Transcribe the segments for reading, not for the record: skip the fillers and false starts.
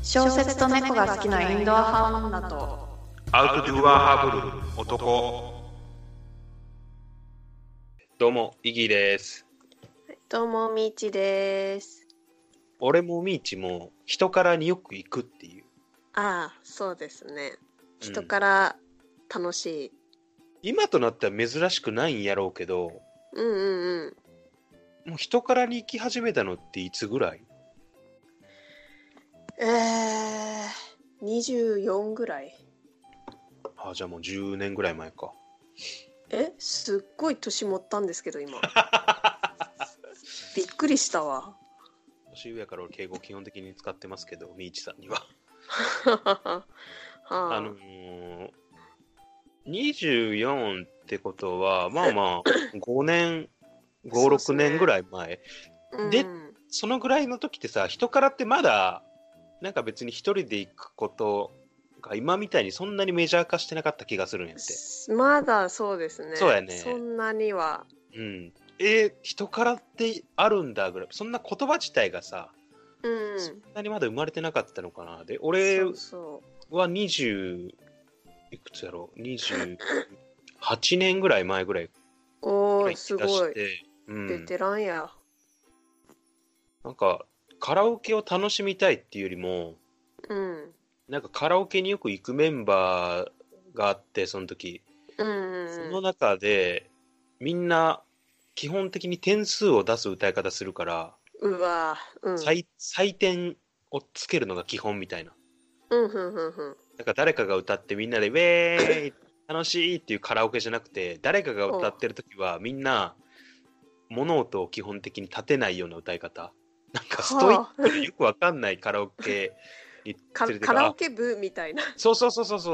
小説と猫が好きなインドア派女とアウトドア派ブル男。どうもイギーです。 どうもみーちです。 俺もみーちも人からによく行くっていう。 ああ、そうですね。人から楽しい、 今となっては珍しくないんやろうけど、もう人からに行き始めたのっていつぐらい ？24ぐらい。 あ、じゃあもう10年ぐらい前か。 すっごい年持ったんですけど今びっくりしたわ。 年上やから俺敬語基本的に使ってますけど、みーちさんにははあ、 24ってことはまあまあ5年5、6年ぐらい前で、そのぐらいの時ってさ、人からってまだなんか別に一人で行くことが今みたいにそんなにメジャー化してなかった気がするんやって。 まだそうですね。 そうやね。 そんなには。 人からってあるんだぐらい。そんな言葉自体がさ、そんなにまだ生まれてなかったのかな。で、俺は20いくつやろう、28年ぐらい前ぐらいおー、すごい。 ベテランや。 なんかカラオケを楽しみたいっていうよりも、なんかカラオケによく行くメンバーがあって、その時、その中でみんな基本的に点数を出す歌い方するから、採点をつけるのが基本みたいな。なんか誰かが歌ってみんなでウェーイ楽しいっていうカラオケじゃなくて、誰かが歌ってる時はみんな物音を基本的に立てないような歌い方。なんかストイックでよくわかんないカラオケにカラオケ部みたいな。 そう、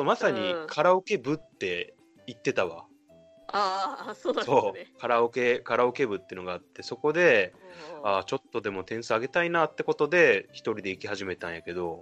まさにカラオケ部って言ってたわ。 そうなんですね。そう、 カラオケ部っていうのがあって、そこでちょっとでも点数上げたいなってことで一人で行き始めたんやけど、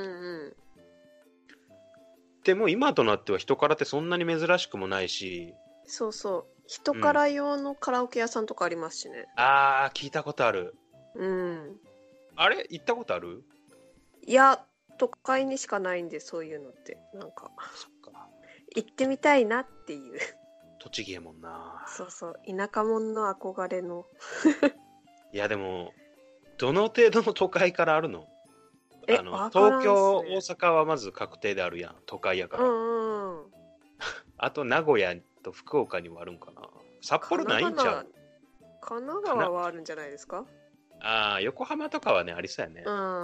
でも今となっては人からってそんなに珍しくもないし。 そう人から用のカラオケ屋さんとかありますしね。 聞いたことある。あれ行ったことある？ いや、都会にしかないんで、そういうのってなんか行ってみたいなっていう。 栃木やもんな。 そう田舎者の憧れのいやでもどの程度の都会からあるの？東京、大阪はまず確定であるやん、都会やから。あと名古屋と福岡にもあるんかな。札幌ないんちゃう？ 神奈川はあるんじゃないですか？ 横浜とかはねありそうやね。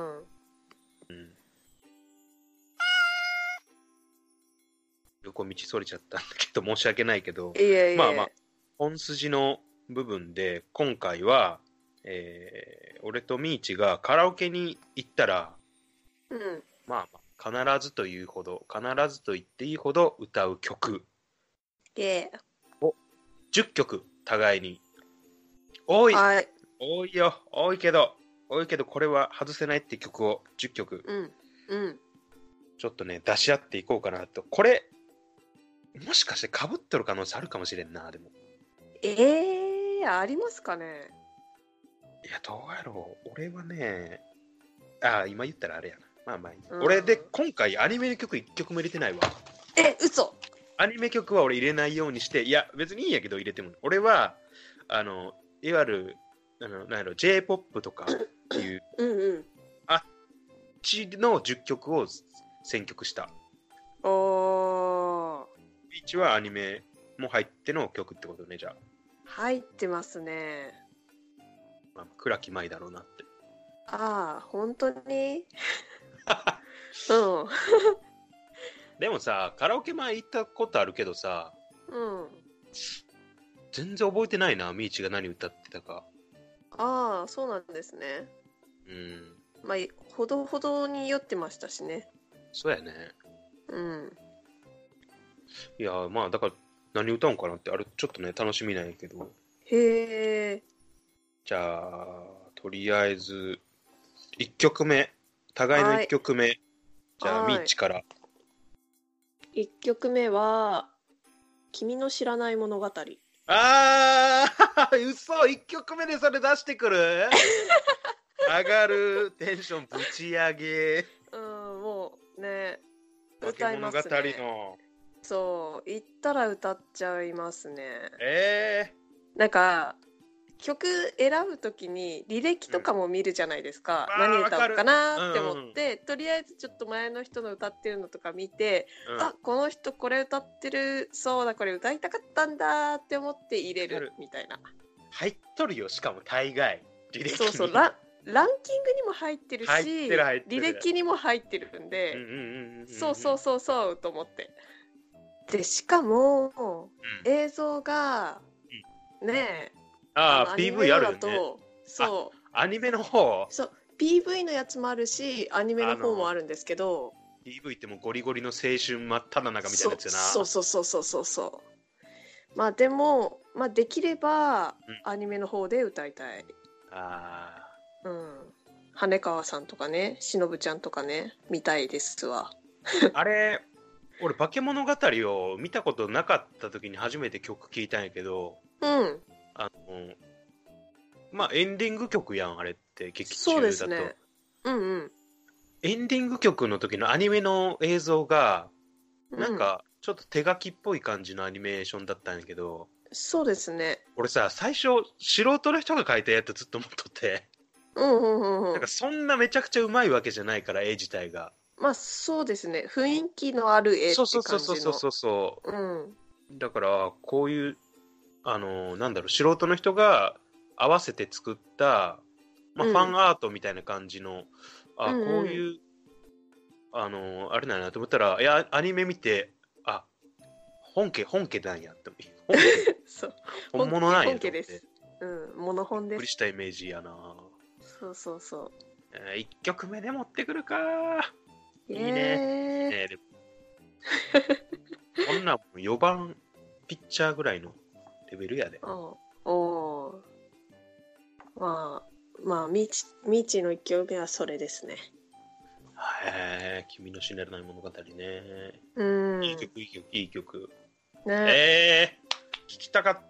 横道それちゃったんだけど申し訳ないけど、まあ本筋の部分で今回は、俺とミーチがカラオケに行ったら、必ずと言っていいほど歌う曲を10曲互いに多いけどこれは外せないって曲を10曲、ちょっとね出し合っていこうかなと。これもしかして被っとる可能性あるかもしれんな。でもありますかね。 いやどうやろう。俺はね今言ったらあれやな。俺で今回アニメの曲1曲も入れてないわ。 嘘。 アニメ曲は俺入れないようにして、いや別にいいんやけど入れても、俺はいわゆるなんやろ J-POP とかっていうあっちの10曲を選曲した。ビーチはアニメも入っての曲ってことね。じゃあ入ってますね。 倉木舞だろうなって。 本当にでもさ、カラオケ前行ったことあるけどさ、全然覚えてないな、ミーチが何歌ってたか。 そうなんですね。ほどほどに酔ってましたしね。 そうやね。いやだから何歌うんかなって、あれちょっとね楽しみなんやけど。じゃあとりあえず1曲目、互いの1曲目、じゃあミーチから。 1曲目は君の知らない物語。 嘘、1曲目でそれ出してくる？上がるテンションぶち上げ。 ね、 化け物語の。 そう、行ったら歌っちゃいますね。 なんか曲選ぶときに履歴とかも見るじゃないですか、何歌おうかなって思って、とりあえずちょっと前の人の歌ってるのとか見て、あ、この人これ歌ってる、そうだ、これ歌いたかったんだって思って入れるみたいな。 入っとるよ、しかも大概履歴に。そうそう、ランキングにも入ってるし、履歴にも入ってるんで、そうと思って。でしかも、映像がね、 PV あるよね。 そう、 アニメの方。 そう、PV のやつもあるし、アニメの方もあるんですけど、 PV ってもうゴリゴリの青春真っ只中みたいなやつやな。 そう。まあでも、できればアニメの方で歌いたい。羽川さんとかね、しのぶちゃんとかね、見たいですわ。 あれ、俺化け物語を見たことなかった時に初めて曲聴いたんやけど、エンディング曲やん、あれって劇中だと。そうですね。エンディング曲の時のアニメの映像がなんかちょっと手書きっぽい感じのアニメーションだったんやけど、 そうですね。 俺さ、最初素人の人が描いたやつずっと思っとって、なんかそんなめちゃくちゃうまいわけじゃないから、絵自体が。 そうですね、雰囲気のある絵って感じの。 そう、だからこういう素人の人が合わせて作った、ファンアートみたいな感じの、こういうあれなんやなと思ったら、いや、アニメ見て、本家なんやってそう、 本物なんや。 本家です。モノ本です。 びっくりしたイメージやな。 そう。 1曲目で持ってくるか。いいね。 こんなん4番ピッチャーぐらいのレベルやで。 ミーチの1曲目はそれですね。 君の死ねない物語ね。いい曲。聞きたかった。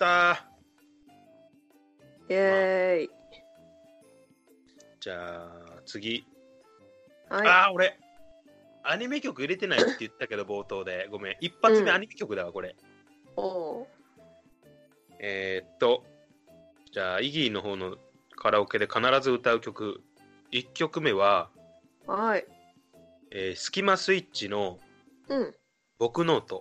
イエーイ。 じゃあ次。 はい。 俺アニメ曲入れてないって言ったけど冒頭でごめん。一発目アニメ曲だわこれ。じゃあイギーの方のカラオケで必ず歌う曲1曲目は、スキマスイッチの僕ノート。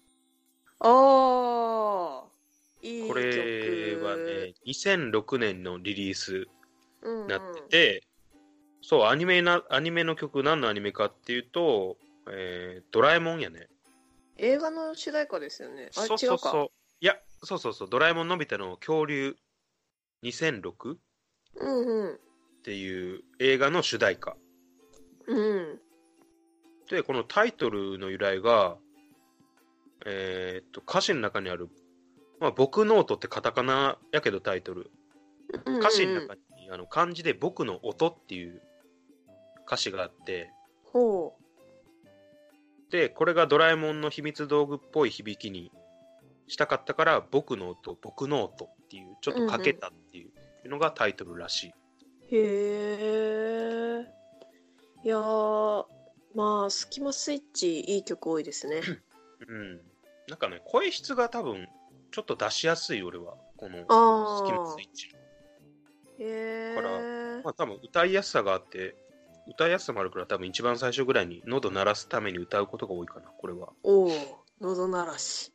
いい曲。 これはね、2006年のリリースになってて、そう、アニメの曲、何のアニメかっていうと、ドラえもんやね。 映画の主題歌ですよね。違うか。 いや、そう、ドラえもんのび太の恐竜2006、っていう映画の主題歌。で、このタイトルの由来が、歌詞の中にある、僕ノートってカタカナやけどタイトル。歌詞の中に漢字で僕の音っていう歌詞があって、で、これがドラえもんの秘密道具っぽい響きにしたかったから、僕の音、僕ノートっていう、ちょっとかけたっていうのがタイトルらしい。 へえ。いやー、スキマスイッチいい曲多いですね。 なんかね、声質が多分ちょっと出しやすい、俺はこのスキマスイッチ。だから多分歌いやすさがあって、歌いやすさもあるから多分一番最初ぐらいに喉鳴らすために歌うことが多いかな、これは。 喉鳴らし。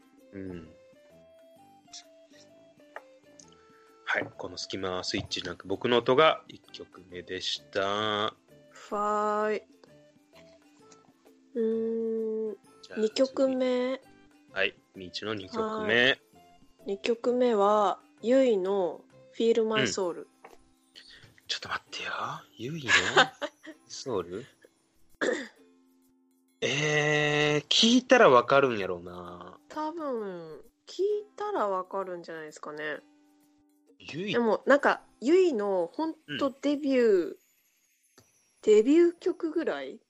はい、このスキマスイッチなんか僕の音が1曲目でした。 2曲目。 はい、ミーチの2曲目。 2曲目はユイのFeel My Soul。 ちょっと待ってよ。ユイのソウル聞いたらわかるんやろうな。 多分聞いたらわかるんじゃないですかね。 でもなんかユイのほんとデビュー曲ぐらい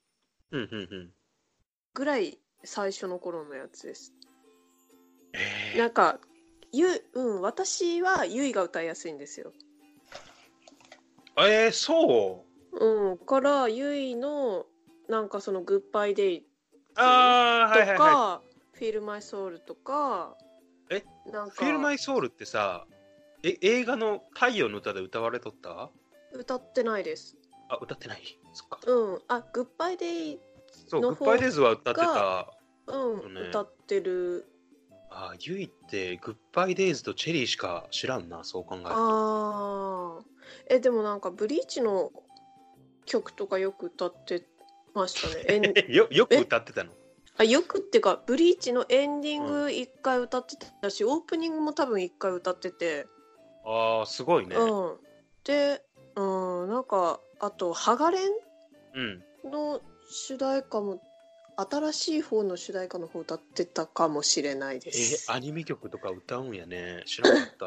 ぐらい最初の頃のやつです。なんか私はユイが歌いやすいんですよ。 そう。 からユイのなんかそのグッバイデイとああ、はいはいはか、フィールマイソウルとか、 なんかフィールマイソウルってさ、映画の太陽の歌で歌われとった？ 歌ってないです。 あ、歌ってない。そっか。 うん。あ、グッバイデイそう、グの方ッバイデイズは歌ってた。 うん、 ね、 歌ってる。 あ、ゆいってグッバイデイズとチェリーしか知らんな、そう考えると。 ああ。でもなんかブリーチの曲とかよく歌ってましたね。 よく歌ってたの？ よくってか、ブリーチのエンディング1回歌ってたし、オープニングも多分1回歌ってて。 ああ、すごいね。 で、なんか、あと、ハガレンうん。 の主題歌も、新しい方の主題歌の方歌ってたかもしれないです。 アニメ曲とか歌うんやね。知らなかった。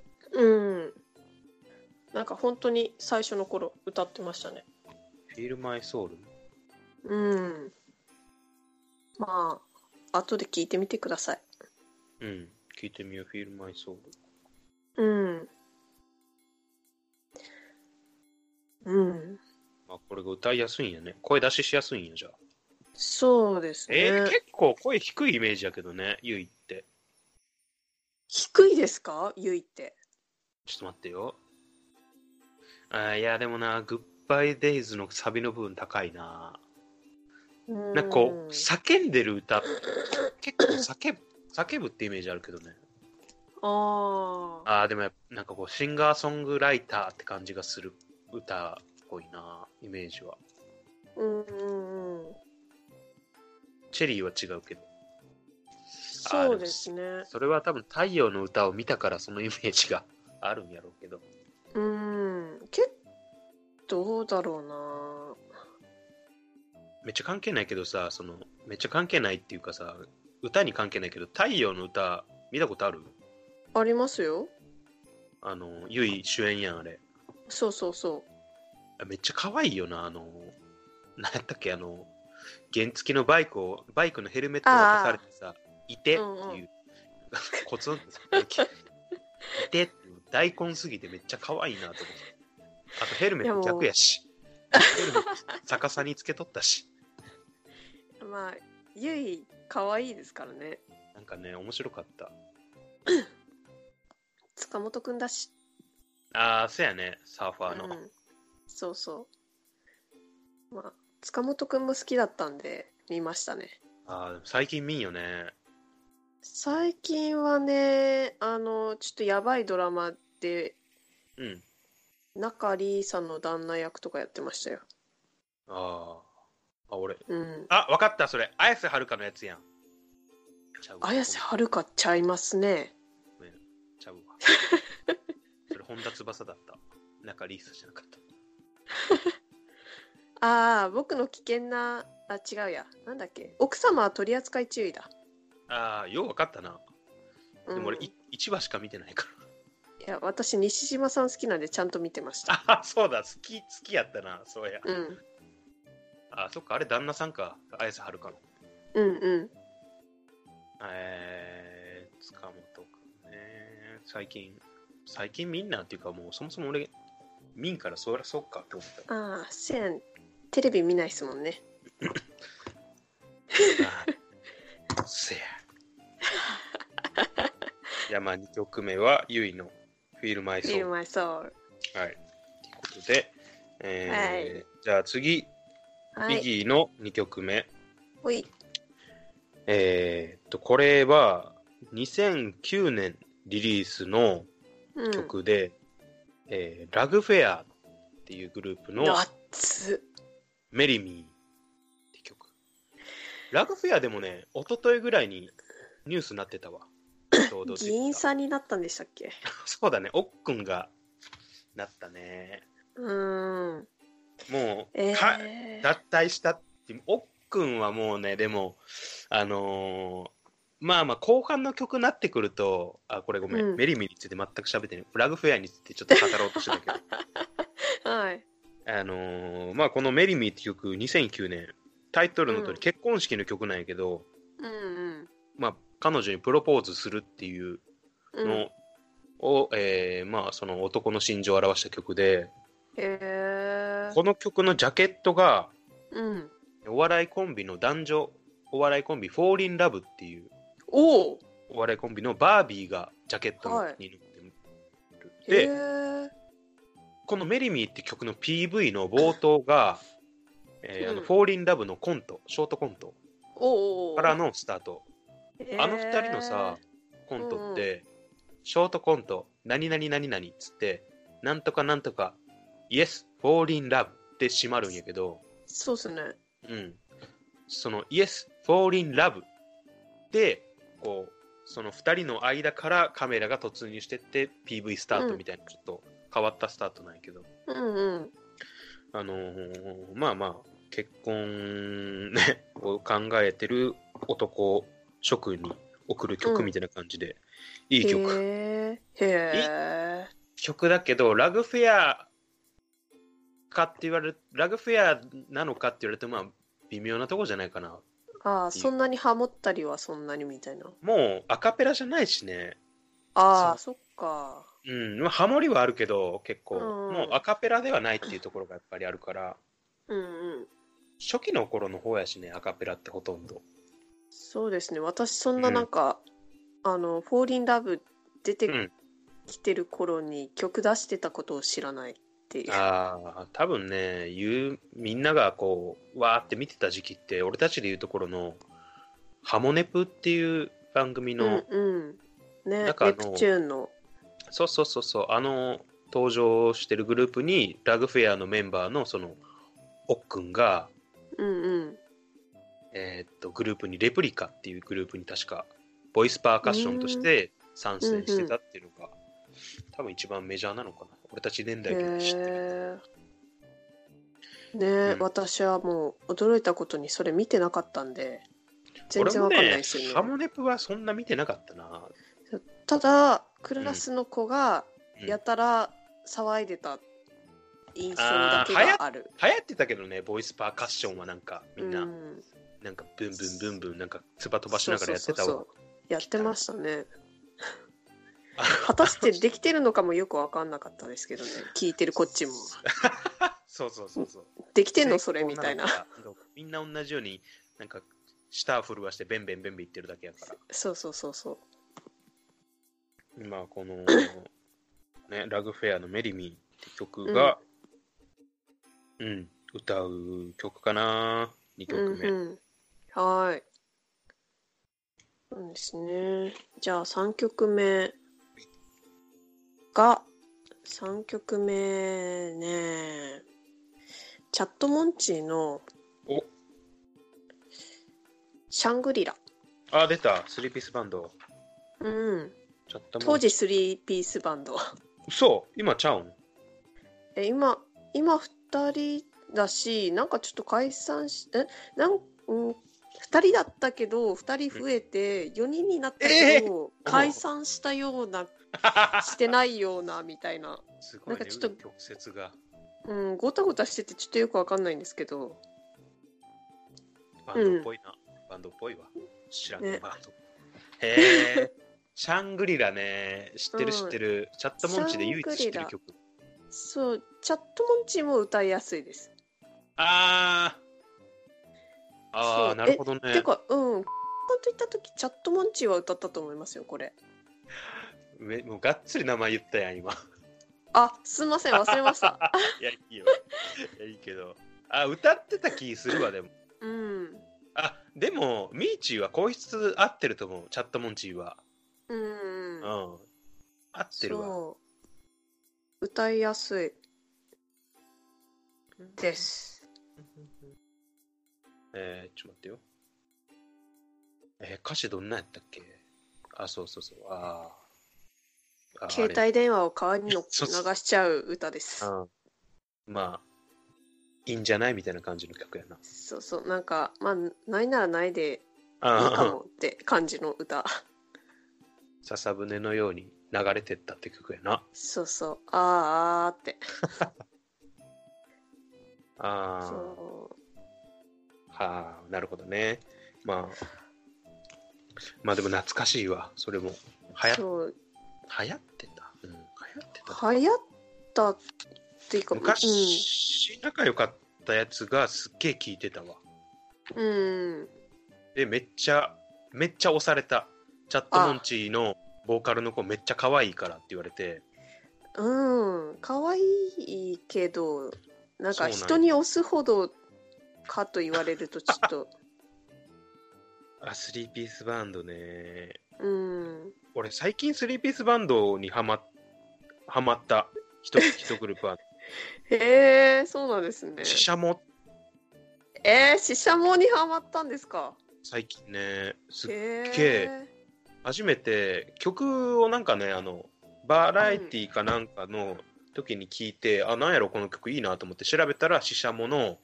なんか本当に最初の頃歌ってましたね。 フィールマイソウル？ まあ、後で聞いてみてください。 聞いてみよう、フィールマイソウル。 まあ、これが歌いやすいんやね。声出しやすいんや、じゃあ。 そうですね。 結構声低いイメージやけどね、ゆいって。 低いですか？ゆいって。 ちょっと待ってよ。いや、でもな、グッバイデイズのサビの部分高いな。なんかこう、叫んでる歌、結構叫ぶってイメージあるけどね。でもなんかこう、シンガーソングライターって感じがする歌っぽいな、イメージは。チェリーは違うけど。 そうですね。 それは多分太陽の歌を見たからそのイメージがあるんやろうけど。 どうだろうな。 めっちゃ関係ないけどさ、めっちゃ関係ないっていうかさ、歌に関係ないけど、太陽の歌見たことある？ ありますよ。 ゆい主演やん、あれ。 そうそうそう。 めっちゃ可愛いよな、なんやったっけ、原付のバイクのヘルメット渡されてさ、いてっていう、コツンってさ、いてって大根すぎてめっちゃ可愛いなと思って。あとヘルメット逆やし。ヘルメット逆さにつけとったし。 まあ、ゆい、可愛いですからね。 なんかね、面白かった。 塚本くんだし。 そうやね、サーファーの。 そうそう。まあ、塚本くんも好きだったんで、見ましたね。 でも最近見んよね。 最近はね、ちょっとやばいドラマで、中里依紗の旦那役とかやってましたよ。 俺。わかった、それ。綾瀬はるかのやつやん。 綾瀬はるかちゃいますね。 ごめん、ちゃうわ。それ、本田翼だった。中里依紗じゃなかった。僕の危険な、違うや。なんだっけ。奥様は取り扱い注意だ。 ようわかったな。でも俺、1話しか見てないから。 いや、私、西島さん好きなんでちゃんと見てました。 そうだ、好きやったな、そうや。そっか、あれ旦那さんか、綾瀬はるかの。塚本くんね。最近みんなっていうか、もうそもそも俺、見んからそっかって思った。 せやん、テレビ見ないっすもんね。 せや。じゃあまあ2曲目はゆいのフィールマイソウル。 フィールマイソウル。 はい。ということで、じゃあ次、ビギーの2曲目。これは2009年リリースの曲で、ラグフェアっていうグループのメリミーって曲。ラグフェアでもね、一昨日ぐらいにニュースになってたわ。 議員さんになったんでしたっけ？ そうだね、おっくんがなったね。もう、脱退したって、おっくんはもうね、でも、まあ後半の曲になってくると、これごめん、メリミについて全く喋ってない。ラグフェアについてちょっと語ろうとしてたけど。 はい。 このメリミって曲、2009年、タイトルの通り結婚式の曲なんやけど、彼女にプロポーズするっていうのを、その男の心情を表した曲で、この曲のジャケットが、 お笑いコンビの男女お笑いコンビフォーリンラブっていうお笑いコンビのバービーがジャケットに載ってる、でこのメリミーって曲の PV の冒頭が、フォーリンラブのコントショートコントからのスタート。あの2人のさコントって、ショートコント何々何々っつってなんとかなんとかイエスフォーリンラブって閉まるんやけど、 そうっすね。 そのイエスフォーリンラブでこうその2人の間からカメラが突入してって PV スタートみたいな、ちょっと変わったスタートなんやけど、まあまあ結婚、ね、を考えてる男諸君に送る曲みたいな感じで、いい曲。いい曲だけどラグフェアかって言われる、ラグフェアなのかって言われるとまあ微妙なとこじゃないかな。 そんなにハモったりはそんなにみたいな。 もうアカペラじゃないしね。 そっか。 ハモリはあるけど結構、もうアカペラではないっていうところがやっぱりあるから、初期の頃の方やしね、アカペラってほとんど。 そうですね。私そんななんか、フォーリンラブ出てきてる頃に曲出してたことを知らないっていう。 多分ね、みんながこうわーって見てた時期って、俺たちでいうところのハモネプっていう番組の、 ね、ネプチューンのそう登場してるグループにラグフェアのメンバーのそのおっくんが、グループにレプリカっていうグループに確かボイスパーカッションとして参戦してたっていうのが、多分一番メジャーなのかな、俺たち年代で知ってるね。私はもう驚いたことにそれ見てなかったんで全然わかんないですよね。 ハモネプはそんな見てなかったな。 ただクラスの子がやたら騒いでた印象だけがある。 流行ってたけどね、ボイスパーカッションはなんかみんな、なんかブンブンブンブンなんかつば飛ばしながらやってたわ。 やってましたね。果たしてできてるのかもよく分かんなかったですけどね、聞いてるこっちも。 そうできてんのそれみたいな。 みんな同じようになんか舌を震わしてベンベンベンベン言ってるだけやから。 そう今このね、ラグフェアのメリミーって曲が歌う曲かな、2曲目。 はい。そうですね。じゃあ3曲目ね、チャットモンチーのシャングリラ。 出た、3ピースバンド。 当時3ピースバンド。 そう今ちゃうん？ 今2人だし、なんかちょっと解散し2人だったけど2人増えて4人になったけど、解散したようなしてないようなみたいな。 すごいね、なんかちょっと曲折がごたごたしててちょっとよくわかんないんですけど、 バンドっぽいな、バンドっぽいわ。知らんね、バンド。へえ。シャングリラね、知ってる、チャットモンチで唯一知ってる曲。 そう、チャットモンチも歌いやすいです。 なるほどね。 てか本当言った時チャットモンチは歌ったと思いますよ、これ。 もうがっつり名前言ったやん今。 すいません、忘れました。 いやいいよ、いいけど、歌ってた気するわ。でもでもミーチーは声質合ってると思う。チャットモンチーは合ってるわ。 歌いやすいです。 ちょっと待ってよ。歌詞どんなやったっけ？そう携帯電話を川に流しちゃう歌です。 まあいいんじゃないみたいな感じの曲やな。 なんかまあないならないでいいかもって感じの歌。 笹舟のように流れてったって曲やな。 ってなるほどね。まあでも懐かしいわ。それも流行ってた。 流行ったっていうか昔仲良かったやつがすっげえ聞いてたわ。 うん。 で、めっちゃ押された。チャットモンチーのボーカルの子めっちゃ可愛いからって言われて。 うん。可愛いけど、なんか人に押すほどかと言われるとちょっと。 スリーピースバンドね。 うん。 俺最近スリーピースバンドにハマった一グループは。 へえ、そうなんですね。 シシャモ。 シシャモにハマったんですか？ 最近ね、すっげえ、初めて曲をなんかね、バラエティかなんかの時に聞いて、なんやろこの曲いいなと思って調べたら、シシャモの、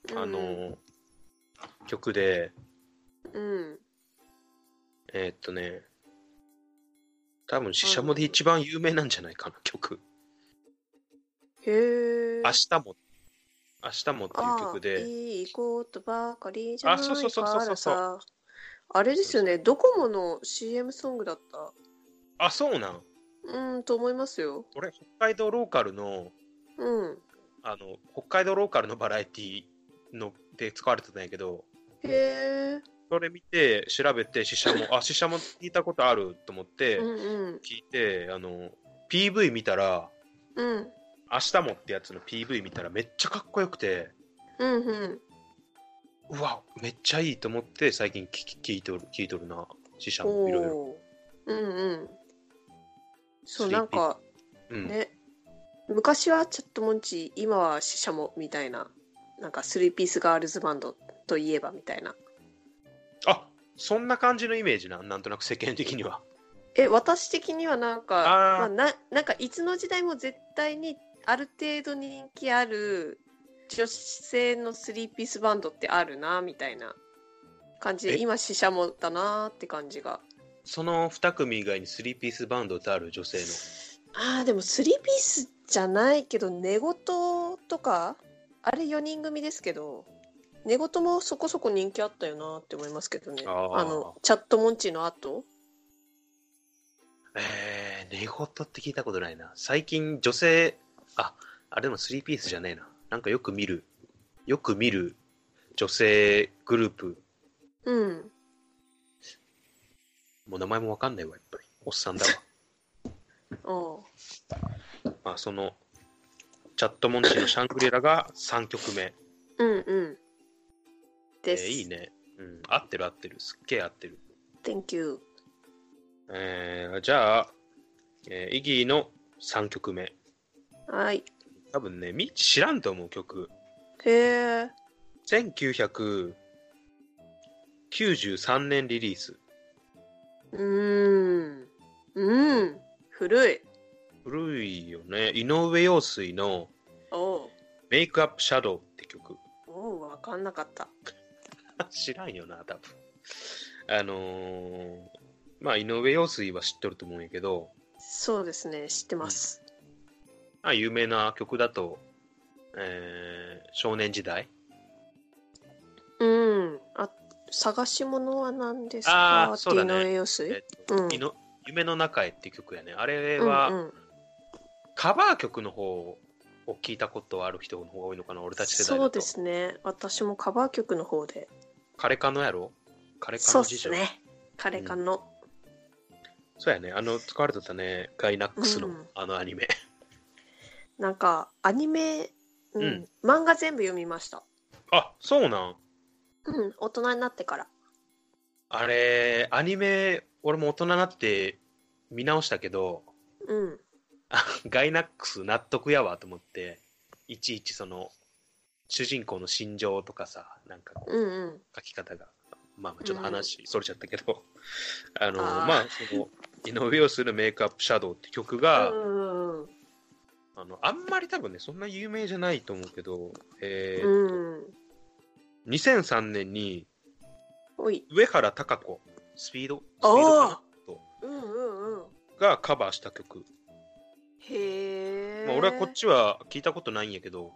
曲で、多分シシャモで一番有名なんじゃないかな、曲。 へえ。 明日もっていう曲で。 いいことばかりじゃないからさ。あれですよね、 そうドコモの CM ソングだった。 そうなん？ と思いますよ。 俺、北海道ローカルの、北海道ローカルのバラエティので使われてたんやけど、 へえ。 それ見て、調べて、シシャモ聞いたことあると思って、聞いて、PV 見たら、明日もってやつの PV 見たらめっちゃかっこよくて、うわ、めっちゃいいと思って最近聞いとるな、シシャモ、いろいろ。 そう、なんか、ね、昔はチャットモンチー、今はシシャモみたいな、なんかスリーピースガールズバンドといえばみたいな。 そんな感じのイメージなんとなく世間的には。 私的にはなんか、なんかいつの時代も絶対にある程度人気ある女性のスリーピースバンドってあるなみたいな感じで、今シシャモだなって感じが。 その2組以外にスリーピースバンドってある？女性の。でもスリーピースじゃないけど、寝言とかあれ4人組ですけど、寝言もそこそこ人気あったよなって思いますけどね。チャットモンチーの後。 寝言って聞いたことないな。最近女性、あれでもスリーピースじゃねえな。なんかよく見る女性グループ。もう名前もわかんないわ、やっぱり。おっさんだわ。その、チャットモンチーのシャングリラが3曲目。です。いいね。合ってる。すっげえ合ってる。 Thank you。 じゃあ、イギーの3曲目。 はい。 多分ね、知らんと思う曲。 へえ。 1993年リリース。古いよね。井上陽水のメイクアップシャドウって曲。 わかんなかった。 知らんよな、多分。井上陽水は知っとると思うんやけど。 そうですね、知ってます。 有名な曲だと、少年時代。 探し物は何ですか？ そうだね。 井上陽水。 夢の中へっていう曲やね。あれは、カバー曲の方を聞いたことある人の方が多いのかな、俺たち世代だと。 そうですね。私もカバー曲の方で。 カレカノやろ？カレカノ事情。そうですね。カレカノ。 そうやね。使われてたね。ガイナックスの、アニメ。 なんか、アニメ、漫画全部読みました。 そうなん？ 大人になってから。 あれ、アニメ、俺も大人になって見直したけど、ガイナックス納得やわと思って、いちいちその、主人公の心情とかさ、なんかこう、書き方が、ちょっと話それちゃったけど、その、井上陽水のメイクアップシャドウって曲が、あんまり多分ね、そんな有名じゃないと思うけど、2003年に、上原貴子、スピードかなと、がカバーした曲。 へ俺はこっちは聞いたことないんやけど、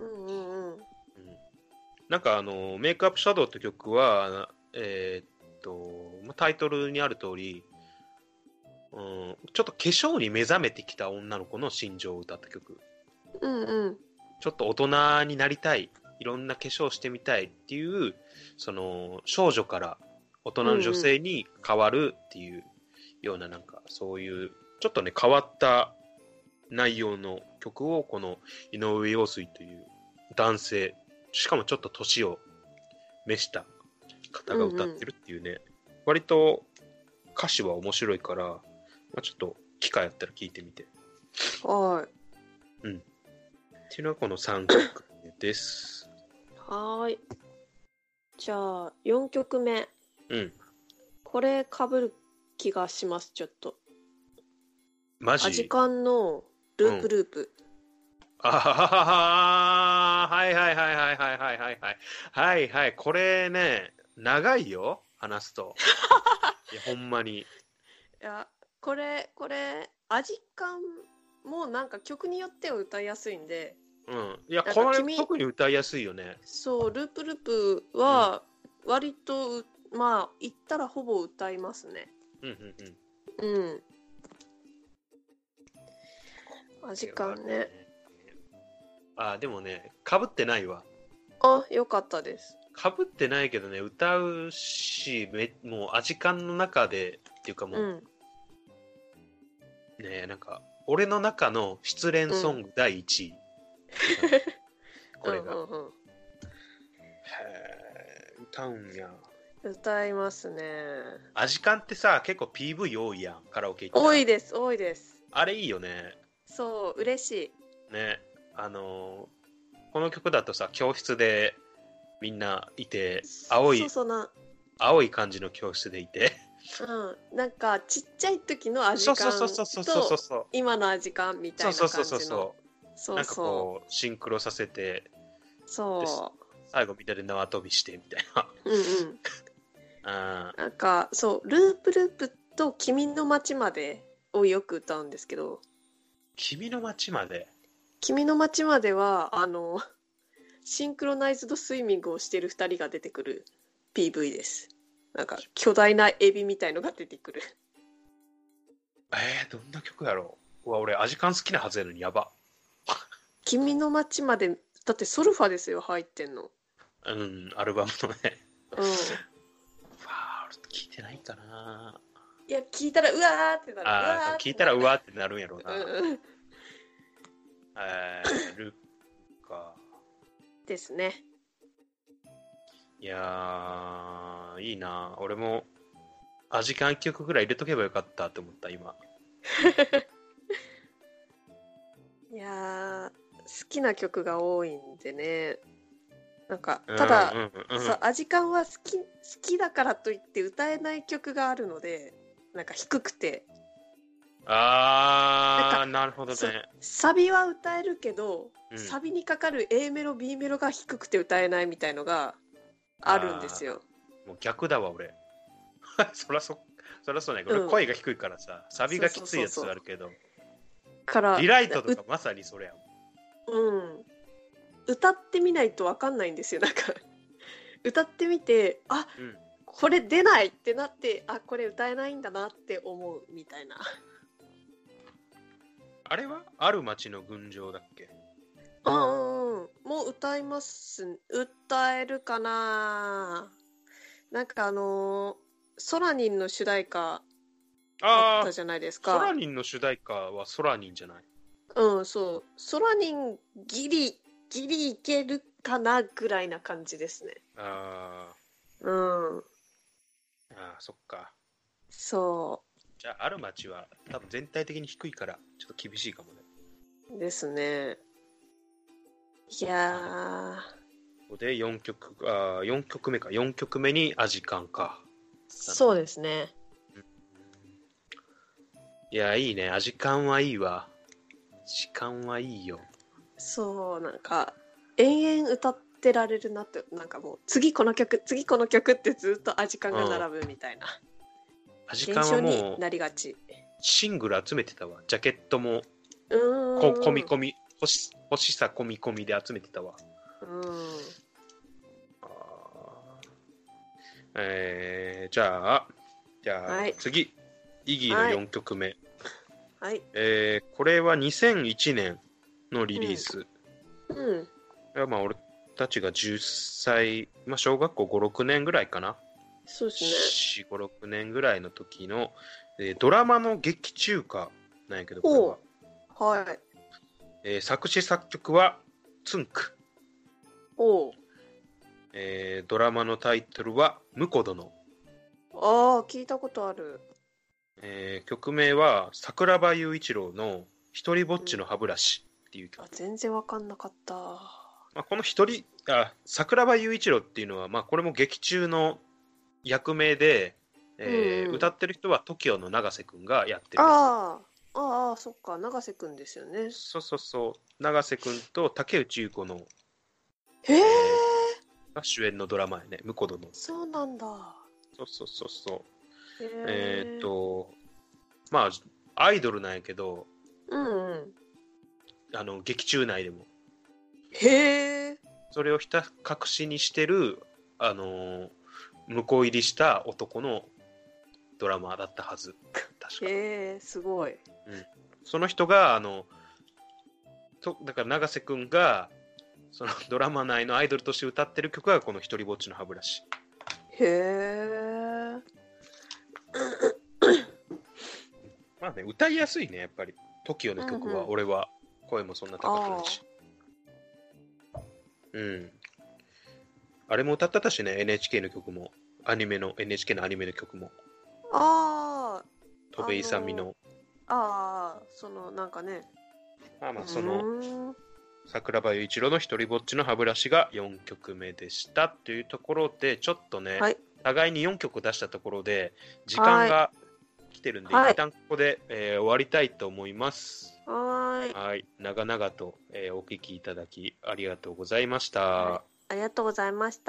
なんかメイクアップシャドウって曲は、タイトルにある通り、ちょっと化粧に目覚めてきた女の子の心情を歌った曲。ちょっと大人になりたいいろんな化粧してみたいっていうその少女から大人の女性に変わるっていうような、なんかそういうちょっとね変わった内容の曲をこの井上陽水という男性、しかもちょっと年を召した方が歌ってるっていうね、割と歌詞は面白いから、まあ、ちょっと機会あったら聞いてみて。 はい。 っていうのはこの3曲目です。 はい。じゃあ4曲目。これ被る気がします、ちょっと。 マジ？ アジカンのループループ。 あははは、はいはいはいはいはいはいはいはいはい、これね長いよ話すと。いやほんまに。いやこれアジカンもなんか曲によっては歌いやすいんで。 いやこれ特に歌いやすいよね。 そう、ループループは割と、まあ言ったらほぼ歌いますね。アジカンね。 でもねかぶってないわ。 よかったです。 かぶってないけどね、歌うし、もうアジカンの中でっていうかもう、ねえ、なんか俺の中の失恋ソング第1位、これが。へえ、歌うんや。 歌いますね。 アジカンってさ、結構 PV 多いやん、カラオケ行ったら。 多いです多いです。 あれいいよね。 そう、嬉しいね。この曲だとさ、教室でみんないて、青い感じの教室でいて、 なんかちっちゃい時のアジカンと今のアジカンみたいな感じの、 なんかこうシンクロさせて、最後みんなで縄跳びしてみたいな。なんかそうループループと君の街までをよく歌うんですけど。 君の街まではシンクロナイズドスイミングをしている2人が出てくる PV です。なんか巨大なエビみたいのが出てくる。 どんな曲やろう。俺アジカン好きなはずやのにやば。 君の街までだってソルファですよ入ってんの。 アルバムのね。 俺聞いてないかな。 いや聞いたらうわーってなる。 聞いたらうわーってなるんやろうな。ルカですね。 いやーいいな。俺もアジカン1曲ぐらい入れとけばよかったって思った今。 いや好きな曲が多いんでね。なんかただ、アジカンは好きだからといって歌えない曲があるので、なんか低くて。 なるほどね。 サビは歌えるけど、サビにかかる A メロ B メロが低くて歌えないみたいのがあるんですよ。 もう逆だわ俺。そらそうね。俺声が低いからさ、サビがきついやつあるけど。リライトとかまさにそれやもん。歌ってみないと分かんないんですよ。なんか歌ってみてこれ出ないってなってこれ歌えないんだなって思うみたいな。 あれはある街の群青だっけ？ もう歌います。歌えるかな。なんかソラニンの主題歌あったじゃないですか。 ソラニンの主題歌はソラニンじゃない？ そう。ソラニンギリいけるかなぐらいな感じですね。 そっか。 そう。 じゃあある街は多分全体的に低いからちょっと厳しいかもね。 ですね。いやー。で4曲目か。4曲目にアジカンか。 そうですね。 いやいいね。アジカンはいいわ。時間はいいよ。 そう、なんか延々歌ってられるなって。なんかもう次この曲ってずっとアジカンが並ぶみたいな。 アジカンはもうなりがち。 シングル集めてたわ。ジャケットも込み込み、欲しさ込み込みで集めてたわ。じゃあ、次イギーの4曲目。これは2001年のリリース。まあ俺たちが10歳、まあ、小学校5、6年ぐらいかな。 そうですね。 4、5、6年ぐらいの時の、ドラマの劇中歌なんやけど、これは。はい。 作詞作曲はつんく。ドラマのタイトルは婿殿。 ああ、聞いたことある。 曲名は桜庭雄一郎の一人ぼっちの歯ブラシっていう曲。 全然わかんなかった。 まあ、この桜庭雄一郎っていうのは、まあ、これも劇中の役名で、歌ってる人は TOKIO の永瀬くんがやってる。 ああ、そっか、永瀬くんですよね。 そう。永瀬くんと竹内結子のが主演のドラマやね、婿殿。 そうなんだ。 そう。まあ、アイドルなんやけど、劇中内でも。 へえ。 それを隠しにしてる、向こう入りした男のドラマだったはず。確か。 へえ、すごい。 その人が、だから永瀬くんが、そのドラマ内のアイドルとして歌ってる曲がこの一人ぼっちの歯ブラシ。 へえ。 まあね、歌いやすいね、やっぱり。TOKIO の曲は、俺は声もそんな高くないし。あれも歌ったしね、NHK の曲も。NHK のアニメの曲も。戸部勇の。 なんかね。 その、桜庭雄一郎の一人ぼっちの歯ブラシが4曲目でしたというところで、ちょっとね、互いに4曲出したところで、時間が来てるんで、一旦ここで、終わりたいと思います。はい。長々と、お聞きいただきありがとうございました。 ありがとうございました。